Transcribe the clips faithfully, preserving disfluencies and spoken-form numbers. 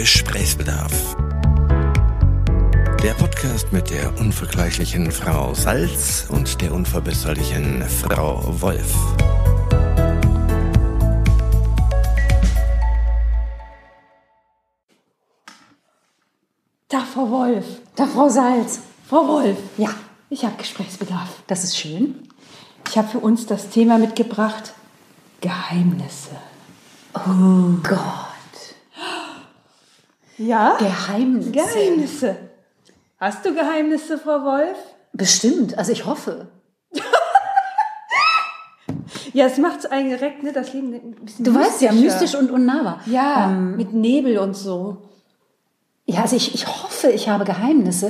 Gesprächsbedarf. Der Podcast mit der unvergleichlichen Frau Salz und der unverbesserlichen Frau Wolf. Tag, Frau Wolf. Tag, Frau Salz. Frau Wolf. Ja. Ich habe Gesprächsbedarf. Das ist schön. Ich habe für uns das Thema mitgebracht: Geheimnisse. Oh Gott. Ja? Geheimnisse. Geheimnisse. Hast du Geheimnisse, Frau Wolf? Bestimmt. Also ich hoffe. Ja, es macht es eigentlich direkt, ne, das Leben ein bisschen Du mystischer. weißt ja, mystisch und unnahbar. Ja, ähm, mit Nebel und so. Ja, also ich, ich hoffe, ich habe Geheimnisse.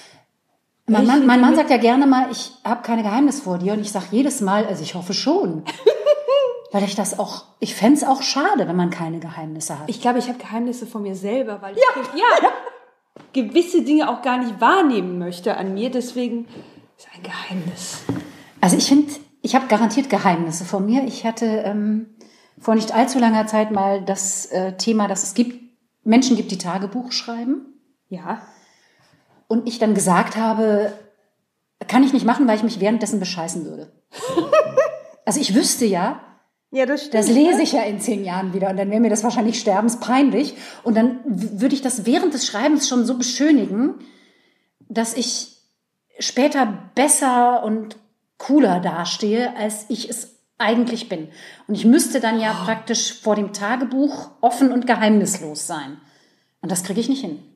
Mein Mann, mein Mann sagt ja gerne mal, ich habe keine Geheimnisse vor dir. Und ich sage jedes Mal, also ich hoffe schon. Weil ich das auch, ich fände es auch schade, wenn man keine Geheimnisse hat. Ich glaube, ich habe Geheimnisse von mir selber, weil ich Ja. ge- ja, ja. gewisse Dinge auch gar nicht wahrnehmen möchte an mir. Deswegen ist ein Geheimnis. Also ich finde, ich habe garantiert Geheimnisse von mir. Ich hatte ähm, vor nicht allzu langer Zeit mal das äh, Thema, dass es gibt, Menschen gibt, die Tagebuch schreiben. Ja. Und ich dann gesagt habe, kann ich nicht machen, weil ich mich währenddessen bescheißen würde. Also ich wüsste ja, Ja, das stimmt. das lese ich ja in zehn Jahren wieder und dann wäre mir das wahrscheinlich sterbenspeinlich. Und dann w- würde ich das während des Schreibens schon so beschönigen, dass ich später besser und cooler dastehe, als ich es eigentlich bin. Und ich müsste dann ja Oh. praktisch vor dem Tagebuch offen und geheimnislos sein. Und das kriege ich nicht hin.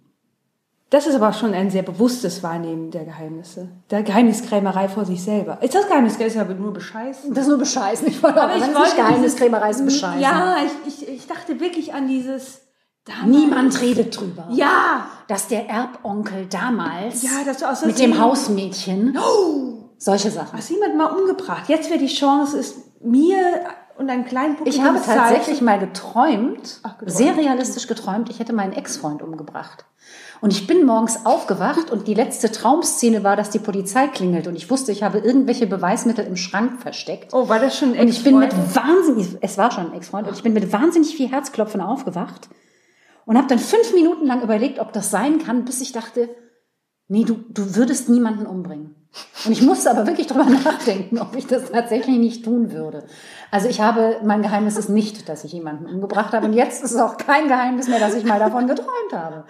Das ist aber schon ein sehr bewusstes Wahrnehmen der Geheimnisse. Der Geheimniskrämerei vor sich selber. Ist das Geheimniskrämerei? Ist aber nur Bescheißen. Das ist nur Bescheißen. Ich wollte aber ich das ist wollte nicht Geheimniskrämerei, ist dieses- Bescheißen. Ja, ich, ich, ich dachte wirklich an dieses... damals. Niemand redet drüber. Ja. Dass der Erbonkel damals Ja, dass du aus mit Versehen- dem Hausmädchen, solche Sachen. Hast jemand mal umgebracht? Jetzt wäre die Chance, es mir und einem kleinen Publikum Ich habe zu zeigen. tatsächlich mal geträumt, Ach, geträumt. sehr realistisch geträumt, ich hätte meinen Ex-Freund umgebracht. Und ich bin morgens aufgewacht und die letzte Traumszene war, dass die Polizei klingelt. Und ich wusste, ich habe irgendwelche Beweismittel im Schrank versteckt. Oh, war das schon ein Und ich bin mit Ex-Freund? wahnsinnig, es war schon ein Ex-Freund, und ich bin mit wahnsinnig viel Herzklopfen aufgewacht und habe dann fünf Minuten lang überlegt, ob das sein kann, bis ich dachte, nee, du, du würdest niemanden umbringen. Und ich musste aber wirklich drüber nachdenken, ob ich das tatsächlich nicht tun würde. Also ich habe, mein Geheimnis ist nicht, dass ich jemanden umgebracht habe. Und jetzt ist es auch kein Geheimnis mehr, dass ich mal davon geträumt habe.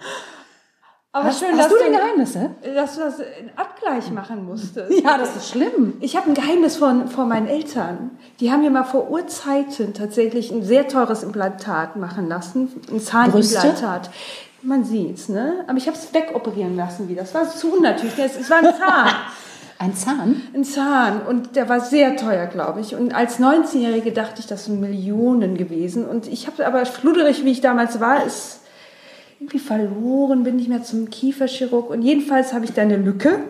Aber Hast, schön, hast dass du denn Geheimnisse? dass du das in Abgleich machen musstest. Ja, das ist schlimm. Ich habe ein Geheimnis von, von meinen Eltern. Die haben mir mal vor Urzeiten tatsächlich ein sehr teures Implantat machen lassen. Ein Zahnimplantat. Man sieht's, ne? Aber ich habe es wegoperieren lassen wieder. Das war zu unnatürlich. Es es war ein Zahn. Ein Zahn? Ein Zahn. Und der war sehr teuer, glaube ich. Und als neunzehnjährige dachte ich, das sind Millionen gewesen. Und ich habe aber, schludderig wie ich damals war, ist irgendwie verloren, bin nicht mehr zum Kieferchirurg. Und jedenfalls habe ich da eine Lücke.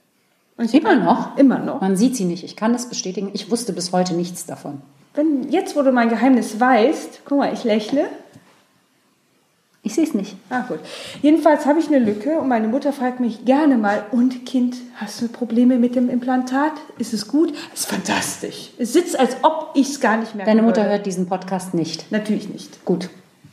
Und ich Immer noch? Immer noch. Man sieht sie nicht. Ich kann das bestätigen. Ich wusste bis heute nichts davon. Wenn, jetzt, wo du mein Geheimnis weißt, guck mal, ich lächle. Ich sehe es nicht. Ah, gut. Jedenfalls habe ich eine Lücke und meine Mutter fragt mich gerne mal, und Kind, hast du Probleme mit dem Implantat? Ist es gut? Es ist fantastisch. Es sitzt, als ob ich es gar nicht merke. Deine Mutter hört diesen Podcast nicht. Natürlich nicht. Gut.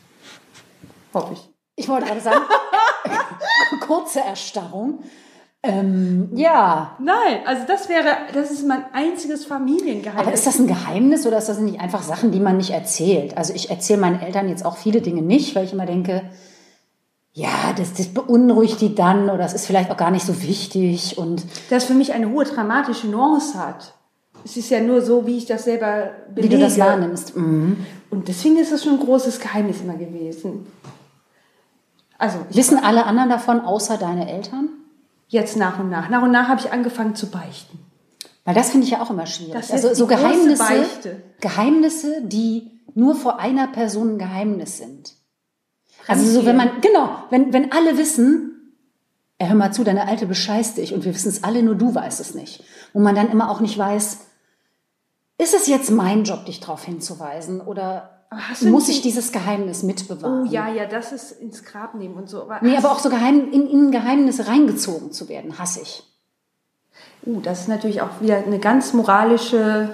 Hoffe ich. Ich wollte gerade sagen, kurze Erstarrung. Ähm, ja. Nein, also das wäre, das ist mein einziges Familiengeheimnis. Aber ist das ein Geheimnis oder ist das nicht einfach Sachen, die man nicht erzählt? Also ich erzähle meinen Eltern jetzt auch viele Dinge nicht, weil ich immer denke, ja, das, das beunruhigt die dann oder das ist vielleicht auch gar nicht so wichtig. Und das für mich eine hohe dramatische Nuance hat. Es ist ja nur so, wie ich das selber wie belege. du das wahrnimmst. Mhm. Und deswegen ist das schon ein großes Geheimnis immer gewesen. Also, ich Wissen alle anderen davon, außer deine Eltern? jetzt nach und nach. Nach und nach habe ich angefangen zu beichten. Weil das finde ich ja auch immer schwierig. Das ist also die so große Geheimnisse, Beichte. Geheimnisse, die nur vor einer Person ein Geheimnis sind. Also so, Fremdgehen. wenn man, genau, wenn, wenn alle wissen, ja, hör mal zu, deine Alte bescheißt dich und wir wissen es alle, nur du weißt es nicht. Wo man dann immer auch nicht weiß, ist es jetzt mein Job, dich darauf hinzuweisen oder Aber hast du muss nicht- ich dieses Geheimnis mitbewahren? Oh ja, ja, das ist ins Grab nehmen und so. Aber Nee, aber auch so Geheim, in, in Geheimnisse reingezogen zu werden, hasse ich. Uh, das ist natürlich auch wieder eine ganz moralische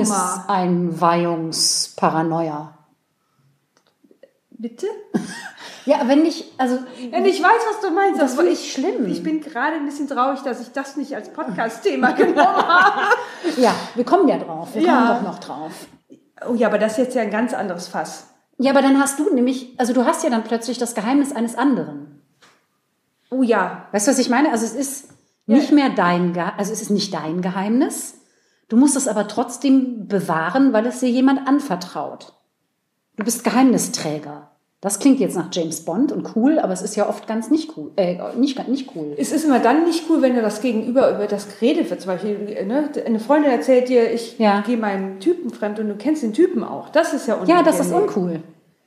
Geheimniseinweihungsparanoia. Bitte? Ja, wenn ich, also... Und ich weiß, was du meinst. Das finde ich schlimm. Ich bin gerade ein bisschen traurig, dass ich das nicht als Podcast-Thema genommen habe. Ja, wir kommen ja drauf. Wir Ja. kommen doch noch drauf. Oh ja, aber das ist jetzt ja ein ganz anderes Fass. Ja, aber dann hast du nämlich, also du hast ja dann plötzlich das Geheimnis eines anderen. Oh ja. Weißt du, was ich meine? Also es ist nicht mehr dein, Ge- also es ist nicht dein Geheimnis. Du musst es aber trotzdem bewahren, weil es dir jemand anvertraut. Du bist Geheimnisträger. Das klingt jetzt nach James Bond und cool, aber es ist ja oft ganz nicht cool. Äh, nicht, nicht cool. Es ist immer dann nicht cool, wenn du das Gegenüber über das geredet wird. Zum Beispiel, ne, eine Freundin erzählt dir, ich Ja. gehe meinem Typen fremd und du kennst den Typen auch. Das ist ja unangenehm. Ja, das ist uncool.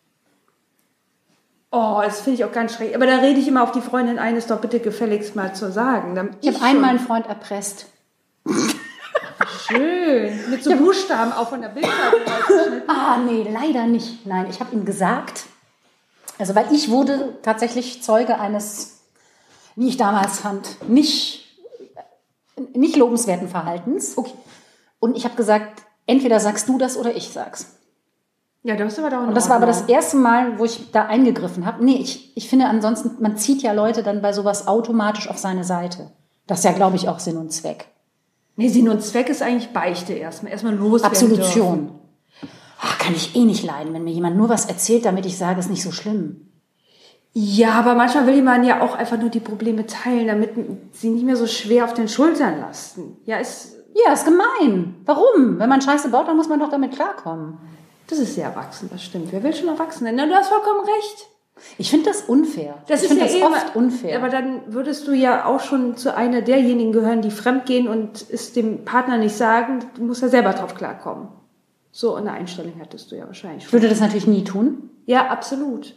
Oh, das finde ich auch ganz schrecklich. Aber da rede ich immer auf die Freundin ein, ist doch bitte gefälligst mal zu sagen. damit Ich habe schon- einmal einen Freund erpresst. Schön. Mit so Buchstaben auch von der Bildzeitung rausgeschnitten. Ah, nee, leider nicht. Nein, ich habe ihm gesagt, also weil ich wurde tatsächlich Zeuge eines, wie ich damals fand, nicht, nicht lobenswerten Verhaltens. Okay. Und ich habe gesagt, entweder sagst du das oder ich sag's. Ja, das ist aber doch in Und das war aber das Ordnung. erste Mal, wo ich da eingegriffen habe. Nee, ich, ich finde ansonsten, man zieht ja Leute dann bei sowas automatisch auf seine Seite. Das ist ja, glaube ich, auch Sinn und Zweck. Nee, Sinn und Zweck ist eigentlich Beichte erstmal. Erstmal loswerden Absolution. dürfen. Ach, kann ich eh nicht leiden, wenn mir jemand nur was erzählt, damit ich sage, ist nicht so schlimm. Ja, aber manchmal will man ja auch einfach nur die Probleme teilen, damit sie nicht mehr so schwer auf den Schultern lasten. Ja, ist, Ja, ist gemein. Warum? Wenn man Scheiße baut, dann muss man doch damit klarkommen. das ist sehr erwachsen, das stimmt. Wer will schon erwachsen sein? Na, du hast vollkommen recht. Ich finde das unfair. Das ich ist finde ja das eh oft immer- unfair. Aber dann würdest du ja auch schon zu einer derjenigen gehören, die fremdgehen und es dem Partner nicht sagen. Du musst ja selber drauf klarkommen. So eine Einstellung hattest du ja wahrscheinlich ich schon. würde das natürlich nie tun. Ja, absolut.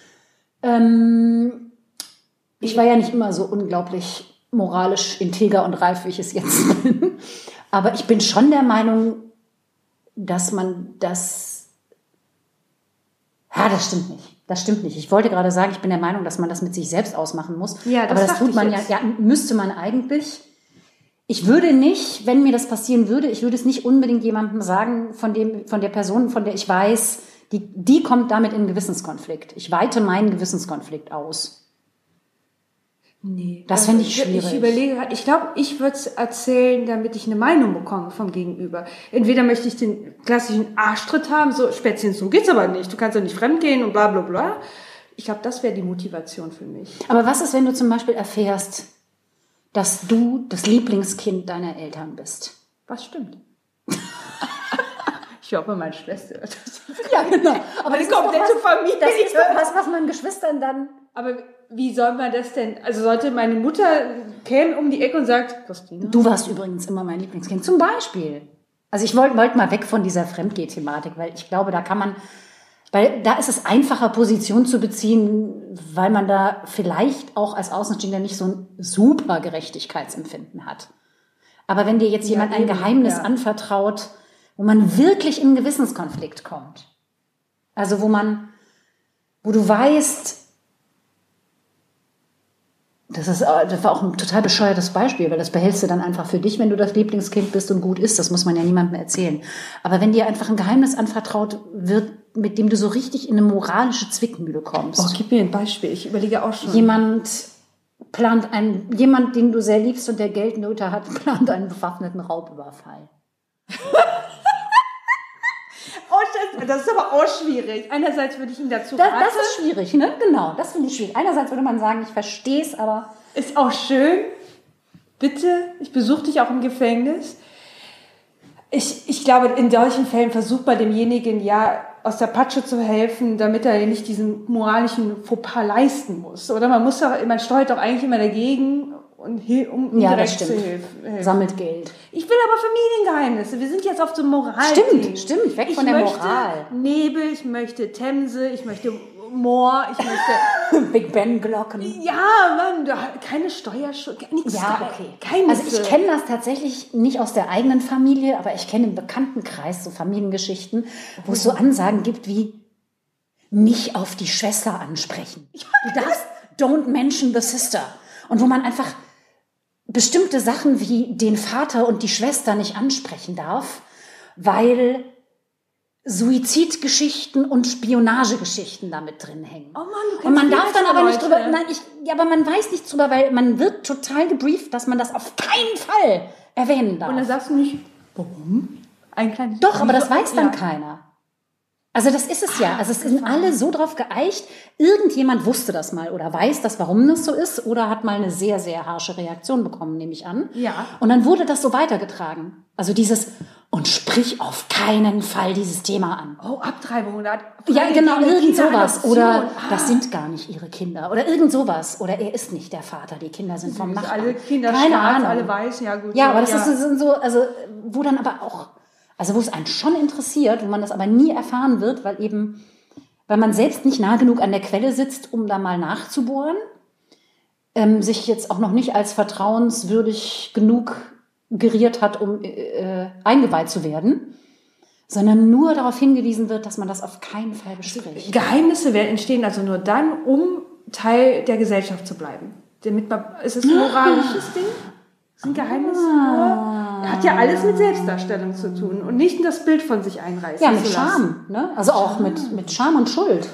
Ähm, ich war ja nicht immer so unglaublich moralisch integer und reif, wie ich es jetzt bin. Aber ich bin schon der Meinung, dass man das... Ja, das stimmt nicht. Das stimmt nicht. Ich wollte gerade sagen, ich bin der Meinung, dass man das mit sich selbst ausmachen muss. Ja, das aber das dachte tut ich man ja, jetzt. ja, müsste man eigentlich. Ich würde nicht, wenn mir das passieren würde, ich würde es nicht unbedingt jemandem sagen, von dem, von der Person, von der ich weiß, die, die kommt damit in einen Gewissenskonflikt. Ich weite meinen Gewissenskonflikt aus. Nee. Das fände ich schwierig. Ich überlege, ich glaube, ich würde es erzählen, damit ich eine Meinung bekomme vom Gegenüber. Entweder möchte ich den klassischen Arschtritt haben, so Spätzchen, so geht's aber nicht. Du kannst ja nicht fremdgehen und bla bla bla. Ich glaube, das wäre die Motivation für mich. Aber was ist, wenn du zum Beispiel erfährst, dass du das Lieblingskind deiner Eltern bist? Was stimmt? Ich hoffe, meine Schwester hört das. Ja, genau. Aber die komplette Familie. Das ist doch was, was man Geschwistern dann... Aber wie soll man das denn? Also sollte meine Mutter käme um die Ecke und sagt, Christine, Du warst übrigens immer mein Lieblingskind, zum Beispiel. Also ich wollte wollt mal weg von dieser Fremdgeh-Thematik, weil ich glaube, da kann man, weil da ist es einfacher, Position zu beziehen, weil man da vielleicht auch als Außenstehender nicht so ein super Gerechtigkeitsempfinden hat. Aber wenn dir jetzt Ja, jemand ein eben, Geheimnis ja. anvertraut, wo man wirklich in einen Gewissenskonflikt kommt, also wo man, wo du weißt, Das, ist, das war auch ein total bescheuertes Beispiel, weil das behältst du dann einfach für dich, wenn du das Lieblingskind bist und gut ist. Das muss man ja niemandem erzählen. Aber wenn dir einfach ein Geheimnis anvertraut wird, mit dem du so richtig in eine moralische Zwickmühle kommst. oh, gib mir ein Beispiel. Ich überlege auch schon. Jemand plant einen, jemand, den du sehr liebst und der Geldnöte hat, plant einen bewaffneten Raubüberfall. Oh, das, das ist aber auch schwierig. Einerseits würde ich ihn dazu Das, raten. das ist schwierig, ne? Genau, das finde ich schwierig. Einerseits würde man sagen, ich verstehe es, aber Ist auch schön. Bitte, ich besuche dich auch im Gefängnis. Ich, ich glaube, in solchen Fällen versucht man demjenigen ja aus der Patsche zu helfen, damit er nicht diesen moralischen Fauxpas leisten muss. Oder man muss doch, man steuert doch eigentlich immer dagegen, und, hil- um ihm ja, direkt das zu stimmt. helfen. Sammelt Geld. Ich will aber Familiengeheimnisse. Wir sind jetzt auf so einem Moral. Stimmt, stimmt, weg von ich der möchte Moral. Nebel, ich möchte Themse, ich möchte Moor, ich möchte... Big Ben Glocken. Ja, Mann, da- keine Steuerschuld, nichts. Ja, okay. Keine Also ich kenne das tatsächlich nicht aus der eigenen Familie, aber ich kenne im Bekanntenkreis so Familiengeschichten, wo es so Ansagen gibt wie nicht auf die Schwester ansprechen. Du darfst don't mention the sister. Und wo man einfach bestimmte Sachen wie den Vater und die Schwester nicht ansprechen darf, weil Suizidgeschichten und Spionagegeschichten damit drin hängen. Oh Mann, du kennst und man viele darf dann aber nicht Leute. drüber, nein, ich, ja, aber man weiß nichts drüber, weil man wird total gebrieft, dass man das auf keinen Fall erwähnen darf. Und dann sagst du nicht, warum? Ein kleines Doch, aber das weiß dann ja. keiner. Also das ist es ja. Also es sind alle so drauf geeicht, irgendjemand wusste das mal oder weiß das, warum das so ist oder hat mal eine sehr, sehr harsche Reaktion bekommen, nehme ich an. Ja. Und dann wurde das so weitergetragen. Also dieses, und sprich auf keinen Fall dieses Thema an. Oh, Abtreibung. Oder Ja, genau, irgend sowas. Kinderadoption. Oder Ah. das sind gar nicht ihre Kinder. Oder irgend sowas. Oder er ist nicht der Vater, die Kinder sind vom Nachbarn. Alle Kinder Keine schwarz, Ahnung. alle weiß, ja gut. Ja, so, aber das ja. ist das sind so, also wo dann aber auch, also wo es einen schon interessiert, wo man das aber nie erfahren wird, weil eben, weil man selbst nicht nah genug an der Quelle sitzt, um da mal nachzubohren, ähm, sich jetzt auch noch nicht als vertrauenswürdig genug geriert hat, um äh, eingeweiht zu werden, sondern nur darauf hingewiesen wird, dass man das auf keinen Fall bespricht. Geheimnisse werden entstehen also nur dann, um Teil der Gesellschaft zu bleiben. Damit man, ist es ein moralisches Ding? Sind Geheimnisse nur? Hat ja alles mit Selbstdarstellung zu tun und nicht in das Bild von sich einreißen Ja, mit zu lassen. Scham, ne? Also auch mit, mit Scham und Schuld.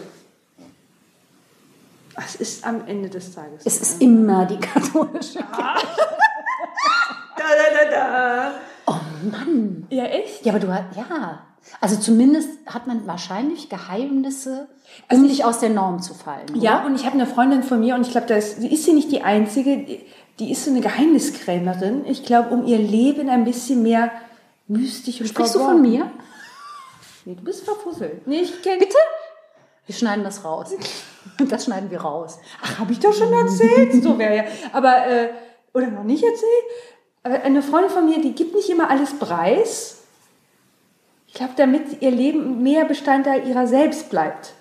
Es ist am Ende des Tages. Es ist immer die katholische Kirche. Da, da, da, da. Oh Mann. Ja, echt? Ja, aber du hast, ja. Also zumindest hat man wahrscheinlich Geheimnisse, um nicht aus der Norm zu fallen. Oder? Ja, und ich habe eine Freundin von mir und ich glaube, da ist, ist sie nicht die Einzige, die, die ist so eine Geheimniskrämerin. Ich glaube, um ihr Leben ein bisschen mehr mystisch und Sprichst du verborgen. von mir? Nee, du bist verfusselt. Nee, ich kenn... Bitte? Wir schneiden das raus. Das schneiden wir raus. Ach, habe ich doch schon erzählt. So wäre ja. Aber, äh, oder noch nicht erzählt. Aber eine Freundin von mir, die gibt nicht immer alles preis. Ich glaube, damit ihr Leben mehr Bestandteil ihrer selbst bleibt.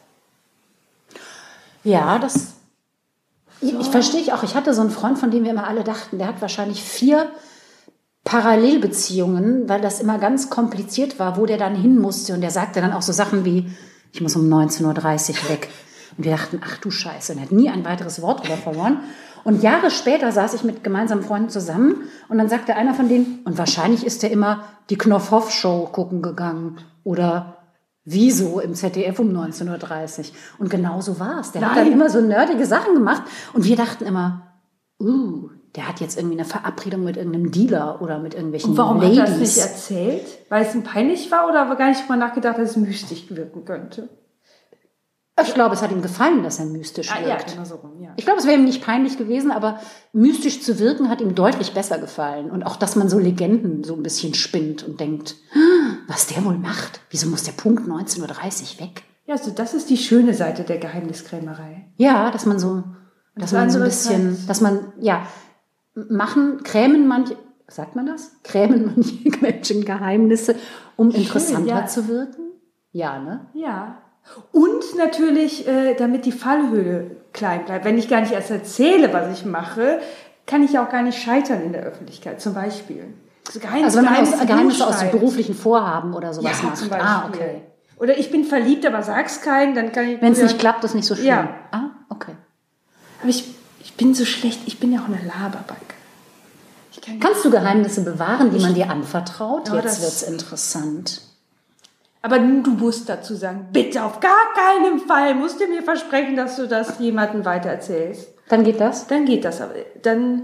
Ja, das ich, ich verstehe ich auch. Ich hatte so einen Freund, von dem wir immer alle dachten, der hat wahrscheinlich vier Parallelbeziehungen, weil das immer ganz kompliziert war, wo der dann hin musste. Und der sagte dann auch so Sachen wie, ich muss um neunzehn Uhr dreißig weg. Und wir dachten, ach du Scheiße. Und er hat nie ein weiteres Wort drüber verloren. Und Jahre später saß ich mit gemeinsamen Freunden zusammen und dann sagte einer von denen, und wahrscheinlich ist er immer die Knopfhoff-Show gucken gegangen oder Wieso im Z D F um neunzehn Uhr dreißig. Und genau so war es. Der Nein. hat dann immer so nerdige Sachen gemacht und wir dachten immer, uh, der hat jetzt irgendwie eine Verabredung mit irgendeinem Dealer oder mit irgendwelchen Und warum Ladies. hat er das nicht erzählt? Weil es ihm peinlich war oder aber gar nicht drüber nachgedacht, dass es mystisch wirken könnte? Ich glaube, es hat ihm gefallen, dass er mystisch Ah, ja, wirkt. genau so rum, ja. Ich glaube, es wäre ihm nicht peinlich gewesen, aber mystisch zu wirken hat ihm deutlich besser gefallen. Und auch, dass man so Legenden so ein bisschen spinnt und denkt, was der wohl macht. Wieso muss der Punkt neunzehn Uhr dreißig weg? Ja, also das ist die schöne Seite der Geheimniskrämerei. Ja, dass man so, dass das man so ein andere bisschen, ist halt- dass man, ja, machen, krämen manche, sagt man das? Krämen manche Menschen Geheimnisse, um interessanter ja. zu wirken? Ja, ne? Ja. Und natürlich, äh, damit die Fallhöhe klein bleibt. Wenn ich gar nicht erst erzähle, was ich mache, kann ich ja auch gar nicht scheitern in der Öffentlichkeit, zum Beispiel. Also, Geheimnis, Also wenn man aus, Geheimnisse Geheimnisse aus so schreibt. beruflichen Vorhaben oder sowas Ja, macht. zum Beispiel. Ah, okay. Oder ich bin verliebt, aber sag's keinen, dann kann ich... Wenn es oder- nicht klappt, ist nicht so schlimm. Ja. Ah, okay. Aber ich, ich bin so schlecht, ich bin ja auch eine Laberbalke. Ich kann Kannst du Geheimnisse bewahren, die man dir anvertraut? Ja, Jetzt das- wird's interessant. Aber du musst dazu sagen, bitte auf gar keinen Fall musst du mir versprechen, dass du das jemandem weitererzählst. Dann geht das? Dann geht das. Aber dann,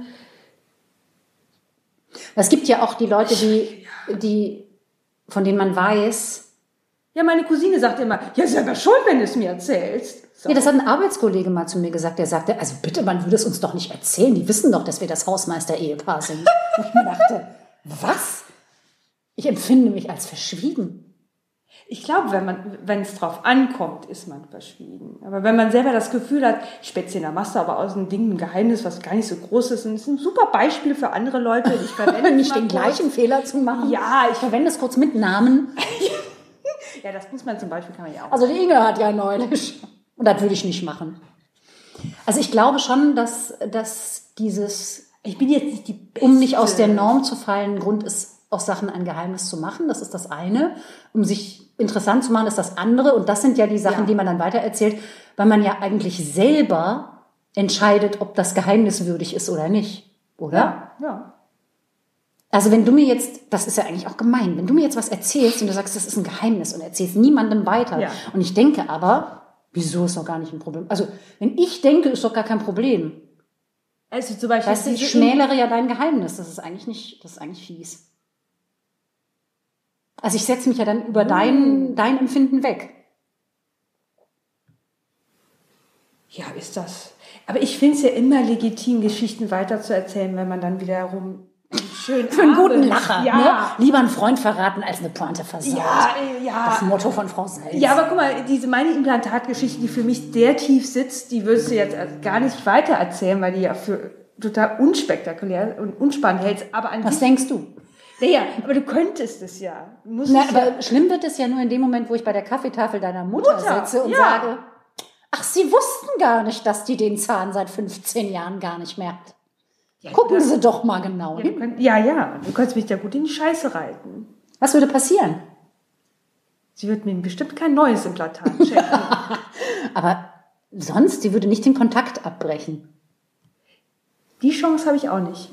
Es gibt ja auch die Leute, die, die, von denen man weiß, ja, meine Cousine sagt immer, ja, selber schuld, wenn du es mir erzählst. So. ja, das hat ein Arbeitskollege mal zu mir gesagt, der sagte, also bitte, man würde es uns doch nicht erzählen, die wissen doch, dass wir das Hausmeister-Ehepaar sind. Und ich mir dachte, was? Ich empfinde mich als verschwiegen. Ich glaube, wenn man, wenn es drauf ankommt, ist man verschwiegen. Aber wenn man selber das Gefühl hat, ich spätze da machst du aber aus dem Ding ein Geheimnis, was gar nicht so groß ist, und das ist ein super Beispiel für andere Leute. Ich verwende es Nicht mal den kurz. gleichen Fehler zu machen. Ja, Ich verwende es kurz mit Namen. Ja, das muss man zum Beispiel, kann man ja auch. Also die Inge hat ja neulich. Und das würde ich nicht machen. Also ich glaube schon, dass, dass dieses, Ich bin jetzt nicht die Beste. um nicht aus der Norm zu fallen, ein Grund ist, aus Sachen ein Geheimnis zu machen. Das ist das eine. Um sich interessant zu machen, ist das andere. Und das sind ja die Sachen, Ja. die man dann weitererzählt, weil man ja eigentlich selber entscheidet, ob das geheimniswürdig ist oder nicht. Oder? Ja, ja. Also wenn du mir jetzt, das ist ja eigentlich auch gemein, wenn du mir jetzt was erzählst und du sagst, das ist ein Geheimnis und erzählst niemandem weiter. Ja. Und ich denke aber, wieso ist doch gar nicht ein Problem? Also wenn ich denke, ist doch gar kein Problem. Also zum Beispiel, Weißt du, ich diese- schmälere ja dein Geheimnis. Das ist eigentlich nicht, das ist eigentlich fies. Also ich setze mich ja dann über dein, dein Empfinden weg. Ja, ist das. Aber ich finde es ja immer legitim, Geschichten weiterzuerzählen, wenn man dann wiederum einen schönen Für einen guten Abend- Lacher. Ja. Ne? Lieber einen Freund verraten, als eine Pointe versaut. Ja, äh, ja. Das Motto von Frau Selz. Ja, aber guck mal, diese meine Implantatgeschichte, die für mich sehr tief sitzt, die würdest du jetzt gar nicht weiter erzählen, weil die ja für total unspektakulär und unspannend hältst. Aber an Was sich, denkst du? naja, aber du könntest es ja. Du musst Na, es ja. aber schlimm wird es ja nur in dem Moment, wo ich bei der Kaffeetafel deiner Mutter, Mutter, sitze und ja. sage, ach, sie wussten gar nicht, dass die den Zahn seit fünfzehn Jahren gar nicht mehr hat. Ja, Gucken oder- Sie doch mal genau Ja, du hin. könnt, ja, ja, du kannst mich da gut in die Scheiße reiten. Was würde passieren? Sie wird mir bestimmt kein neues Implantat schenken. Aber sonst, die würde nicht den Kontakt abbrechen. Die Chance habe ich auch nicht.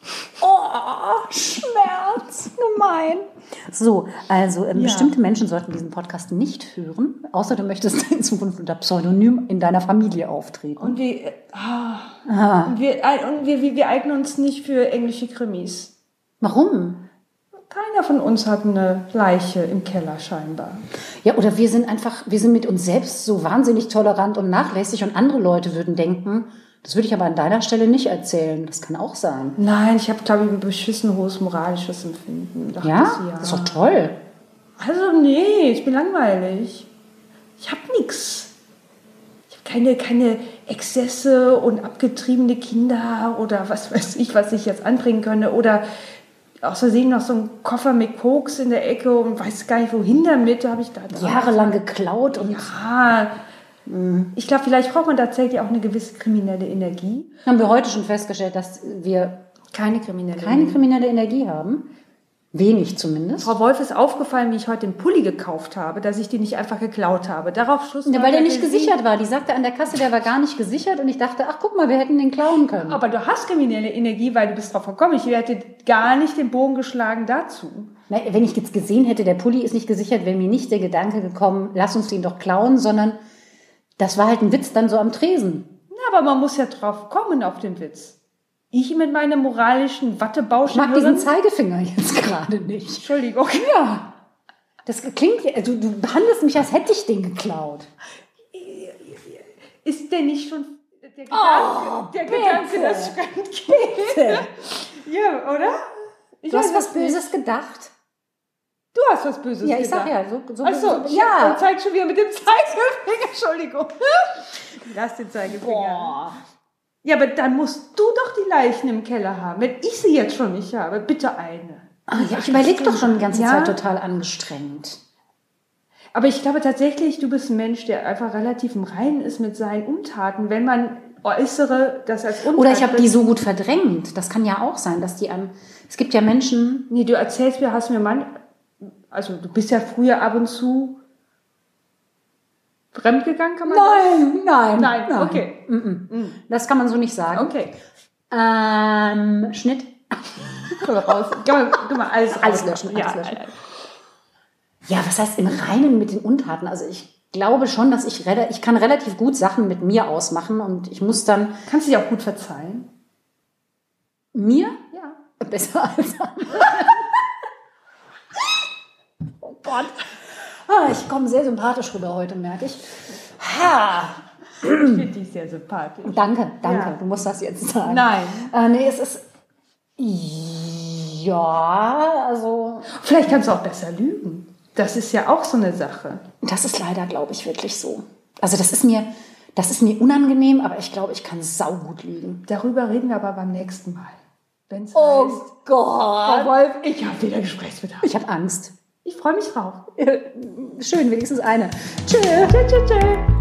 Oh, Schmerz, gemein. So, also ähm, Ja. bestimmte Menschen sollten diesen Podcast nicht hören, außer du möchtest in Zukunft unter Pseudonym in deiner Familie auftreten. Und wir, ah, und wir, und wir, wir, wir eignen uns nicht für englische Krimis. Warum? Keiner von uns hat eine Leiche im Keller scheinbar. Ja, oder wir sind einfach, wir sind mit uns selbst so wahnsinnig tolerant und nachlässig und andere Leute würden denken, das würde ich aber an deiner Stelle nicht erzählen. Das kann auch sein. Nein, ich habe, glaube ich, ein beschissen hohes moralisches Empfinden. Dachte Ja? ich, Das ist doch toll. Also nee, ich bin langweilig. Ich habe nichts. Ich habe keine, keine Exzesse und abgetriebene Kinder oder was weiß ich, was ich jetzt anbringen könnte. Oder aus Versehen noch so einen Koffer mit Koks in der Ecke und weiß gar nicht, wohin damit. Da habe ich da Jahrelang geklaut und Ah, ich glaube, vielleicht braucht man tatsächlich auch eine gewisse kriminelle Energie. haben wir heute schon festgestellt, dass wir Keine kriminelle keine kriminelle Energie haben. Wenig zumindest. Frau Wolf ist aufgefallen, wie ich heute den Pulli gekauft habe, dass ich den nicht einfach geklaut habe. Darauf Schluss. Ja, weil der nicht gesichert war. Die sagte an der Kasse, der war gar nicht gesichert. Und ich dachte, ach guck mal, wir hätten den klauen können. Aber du hast kriminelle Energie, weil du bist drauf gekommen. Ich hätte gar nicht den Bogen geschlagen dazu. Na, wenn ich jetzt gesehen hätte, der Pulli ist nicht gesichert, wäre mir nicht der Gedanke gekommen, lass uns den doch klauen, sondern das war halt ein Witz dann so am Tresen. Na, aber man muss ja drauf kommen auf den Witz. Ich mit meiner moralischen Ich Wattebauschen. mag diesen Zeigefinger jetzt gerade nicht. Entschuldigung. Ja, das klingt, ja- du, du behandelst mich, als hätte ich den geklaut. Ist der nicht schon der Gedanke, Oh, der bitte. Gedanke das Fremdgehen? Ja, oder? Ich Du hast weiß was es nicht. Böses gedacht. Du hast was Böses Ja, ich gedacht. sag ja, so, so, Ach so, so ich ja. hab- zeig schon wieder mit dem Zeigefinger. Entschuldigung. Lass den Zeigefinger. Boah. Ja, aber dann musst du doch die Leichen im Keller haben. Wenn ich sie jetzt schon nicht habe, bitte eine. Ah, ja, ich überlege doch schon die ganze Ja. Zeit total angestrengt. Aber ich glaube tatsächlich, du bist ein Mensch, der einfach relativ im Reinen ist mit seinen Untaten. Wenn man äußere das als Untat... Oder ich habe die so gut verdrängt. Das kann ja auch sein, dass die einem... Es gibt ja Menschen... Nee, du erzählst mir, hast mir Mann... Also du bist ja früher ab und zu fremdgegangen, kann man sagen? nein, Nein, okay. Mm -mm. Das kann man so nicht sagen. Okay. Ähm, Schnitt. Guck mal, raus. Guck mal, guck mal, alles, Alles raus. löschen, Ja, alles löschen. Ja, was heißt im Reinen mit den Untaten? Also ich glaube schon, dass ich... rela- Ich kann relativ gut Sachen mit mir ausmachen und ich muss dann kannst du dich auch gut verzeihen? mir Ja. besser als andere. Oh Gott. Ah, ich komme sehr sympathisch rüber heute, merke ich. Ha. Ich finde dich sehr sympathisch. Danke, danke. Ja. Du musst das jetzt sagen. Nein. Äh, nee, es ist... Ja, also... Vielleicht kannst du auch besser lügen. Das ist ja auch so eine Sache. Das ist leider, glaube ich, wirklich so. Also das ist mir, das ist mir unangenehm, aber ich glaube, ich kann saugut lügen. Darüber reden wir aber beim nächsten Mal. Wenn's heißt, Oh Gott. Frau Wolf, ich habe wieder Gesprächsbedarf. Ich habe Angst. Ich freue mich drauf. Schön, wenigstens eine. Tschüss. Tschüss, tschüss, tschüss.